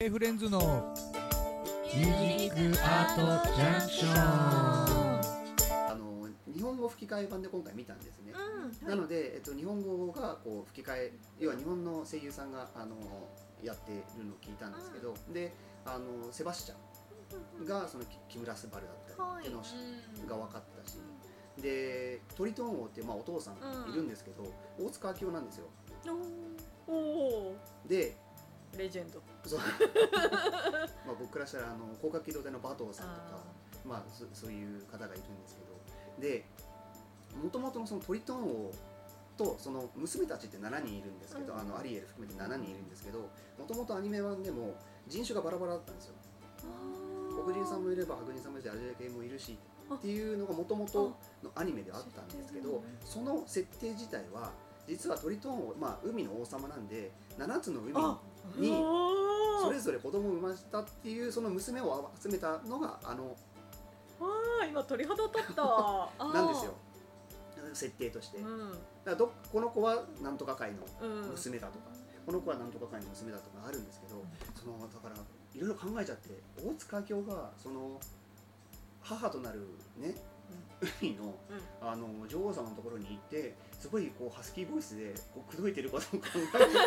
K フレンズのミュージックアートジャンクション。 日本語吹き替え版で今回見たんですね、 はい、 なので、日本語がこう吹き替え、要は日本の声優さんがやってるのを聞いたんですけど、でセバスチャンがその木村昴だったりっていうのが分かったし、でトリトン王っていう、お父さんいるんですけど、大塚明夫なんですよ。でレジェンド。 そう僕からしたら広角機動隊の馬頭さんとか、そういう方がいるんですけど、でもともとのそのトリトン王とその娘たちって7人いるんですけど、アリエル含めて7人いるんですけど、もともとアニメ版でも人種がバラバラだったんですよ。黒人さんもいれば白人さんもいるし、アジア系もいるしっていうのがもともとのアニメであったんですけど、その設定自体は実はトリトン王、海の王様なんで7つの海にそれぞれ子供を産ませたっていう、その娘を集めたのが今鳥肌立ったなんですよ、設定として、だからこの子はなんとか界の娘だとか、この子はなんとか界の娘だとかあるんですけど、だからいろいろ考えちゃって、大塚明夫がその母となるね、海の、女王様のところに行って、すごいこうハスキーボイスでこう口説いてることを考えて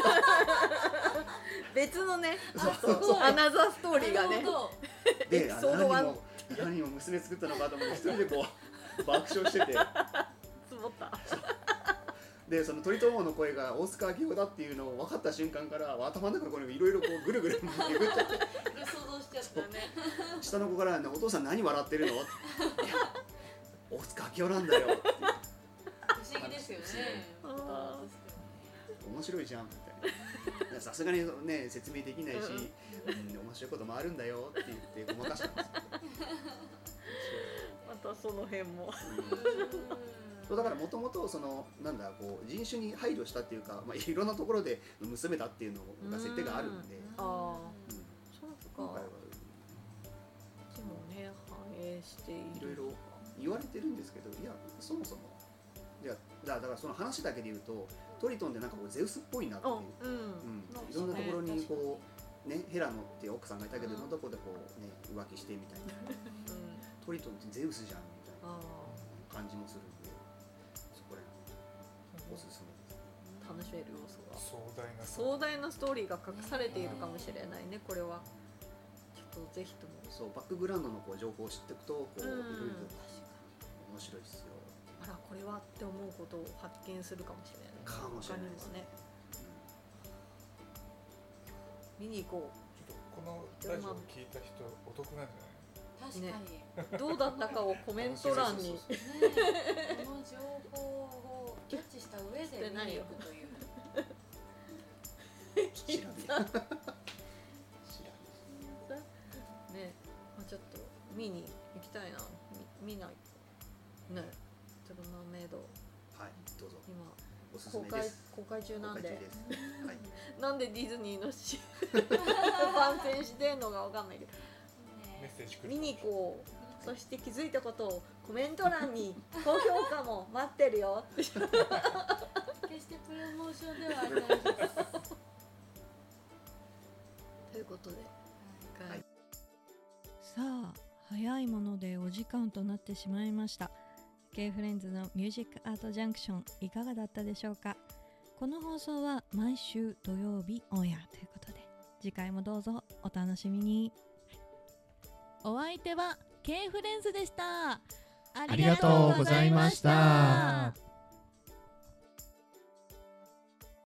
別のね、アナザーストーリーがね、 で何を娘作ったのかと思って、一人でこう爆笑してて積もったでそのトリトン王の声が大塚明夫だっていうのを分かった瞬間から、頭の中にいろいろぐるぐる巡っちゃって想像しちゃったね。 下の子から、お父さん何笑ってるの？いや大塚明夫なんだよって不思議ですよね。 面白いじゃんみたいな、さすがにね説明できないし、面白いこともあるんだよって言ってごまかしてます。 またその辺もだからもともと人種に配慮したっていうか、いろんなところで娘だっていうのが設定があるんで、 そう今回はでもね反映している、 いろいろ言われてるんですけど、いやそもそもだからその話だけで言うと、トリトンでなんかこうゼウスっぽいなっていう、いろんなところにこうね、ヘラノっていう奥さんがいたけど、いろんなところでこうね浮気してみたいな、トリトンってゼウスじゃんみたいな感じもするんで、そこら辺おすすめです。 楽しめる要素が壮大なストーリーが隠されているかもしれないね、これは。ちょっとぜひともバックグラウンドのこう情報を知っていくと、いろいろ面白いですよ。 あらこれはって思うことを発見するかもしれない。 かもしれないですね。 見に行こう。このラジオを聞いた人お得なんじゃない？ 確かに、 どうだったかをコメント欄にこの情報をキャッチした上で見に行くという知らね、ちょっと見に行きたいな。見ないね。トルマメイド、 はいどうぞ。 今おすすめです。 公開中なんで、 はい、 なんでディズニーの番宣してんのかわかんないけど、 メッセージ見に行こう。そして気づいたことをコメント欄に高評価も待ってるよ決してプロモーションではないですということで、 はい、 さあ早いものでお時間となってしまいました。 K フレンズのミュージックアートジャンクションいかがだったでしょうか。この放送は毎週土曜日オンエアということで、次回もどうぞお楽しみに。お相手は K フレンズでした。 ありがとうございました。